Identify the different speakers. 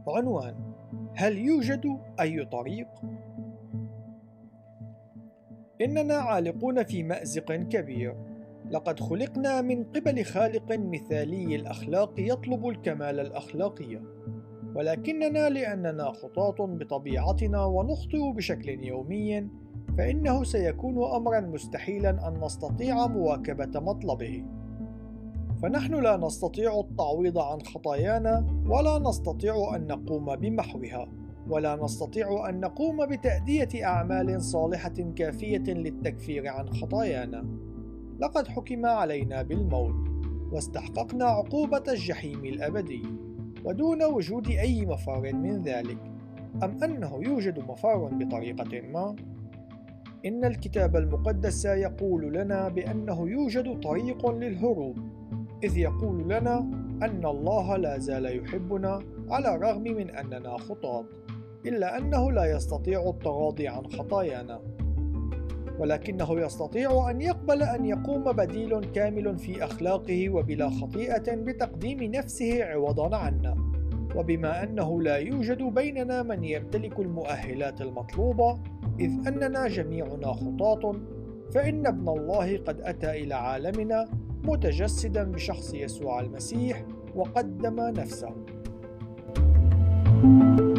Speaker 1: عنوان: هل يوجد أي طريق؟ إننا عالقون في مأزق كبير. لقد خلقنا من قبل خالق مثالي الأخلاق يطلب الكمال الأخلاقي، ولكننا لأننا خطاة بطبيعتنا ونخطئ بشكل يومي، فإنه سيكون أمرا مستحيلا أن نستطيع مواكبة مطلبه. فنحن لا نستطيع التعويض عن خطايانا، ولا نستطيع أن نقوم بمحوها، ولا نستطيع أن نقوم بتأدية أعمال صالحة كافية للتكفير عن خطايانا. لقد حكم علينا بالموت، واستحققنا عقوبة الجحيم الأبدي، ودون وجود أي مفر من ذلك. أم أنه يوجد مفر بطريقة ما؟ إن الكتاب المقدس يقول لنا بأنه يوجد طريق للهروب، إذ يقول لنا أن الله لا زال يحبنا على الرغم من أننا خطاة، إلا أنه لا يستطيع التغاضي عن خطايانا، ولكنه يستطيع أن يقبل أن يقوم بديل كامل في أخلاقه وبلا خطيئة بتقديم نفسه عوضا عنا. وبما أنه لا يوجد بيننا من يمتلك المؤهلات المطلوبة، إذ أننا جميعنا خطاة، فإن ابن الله قد أتى إلى عالمنا متجسدا بشخص يسوع المسيح وقدم نفسه.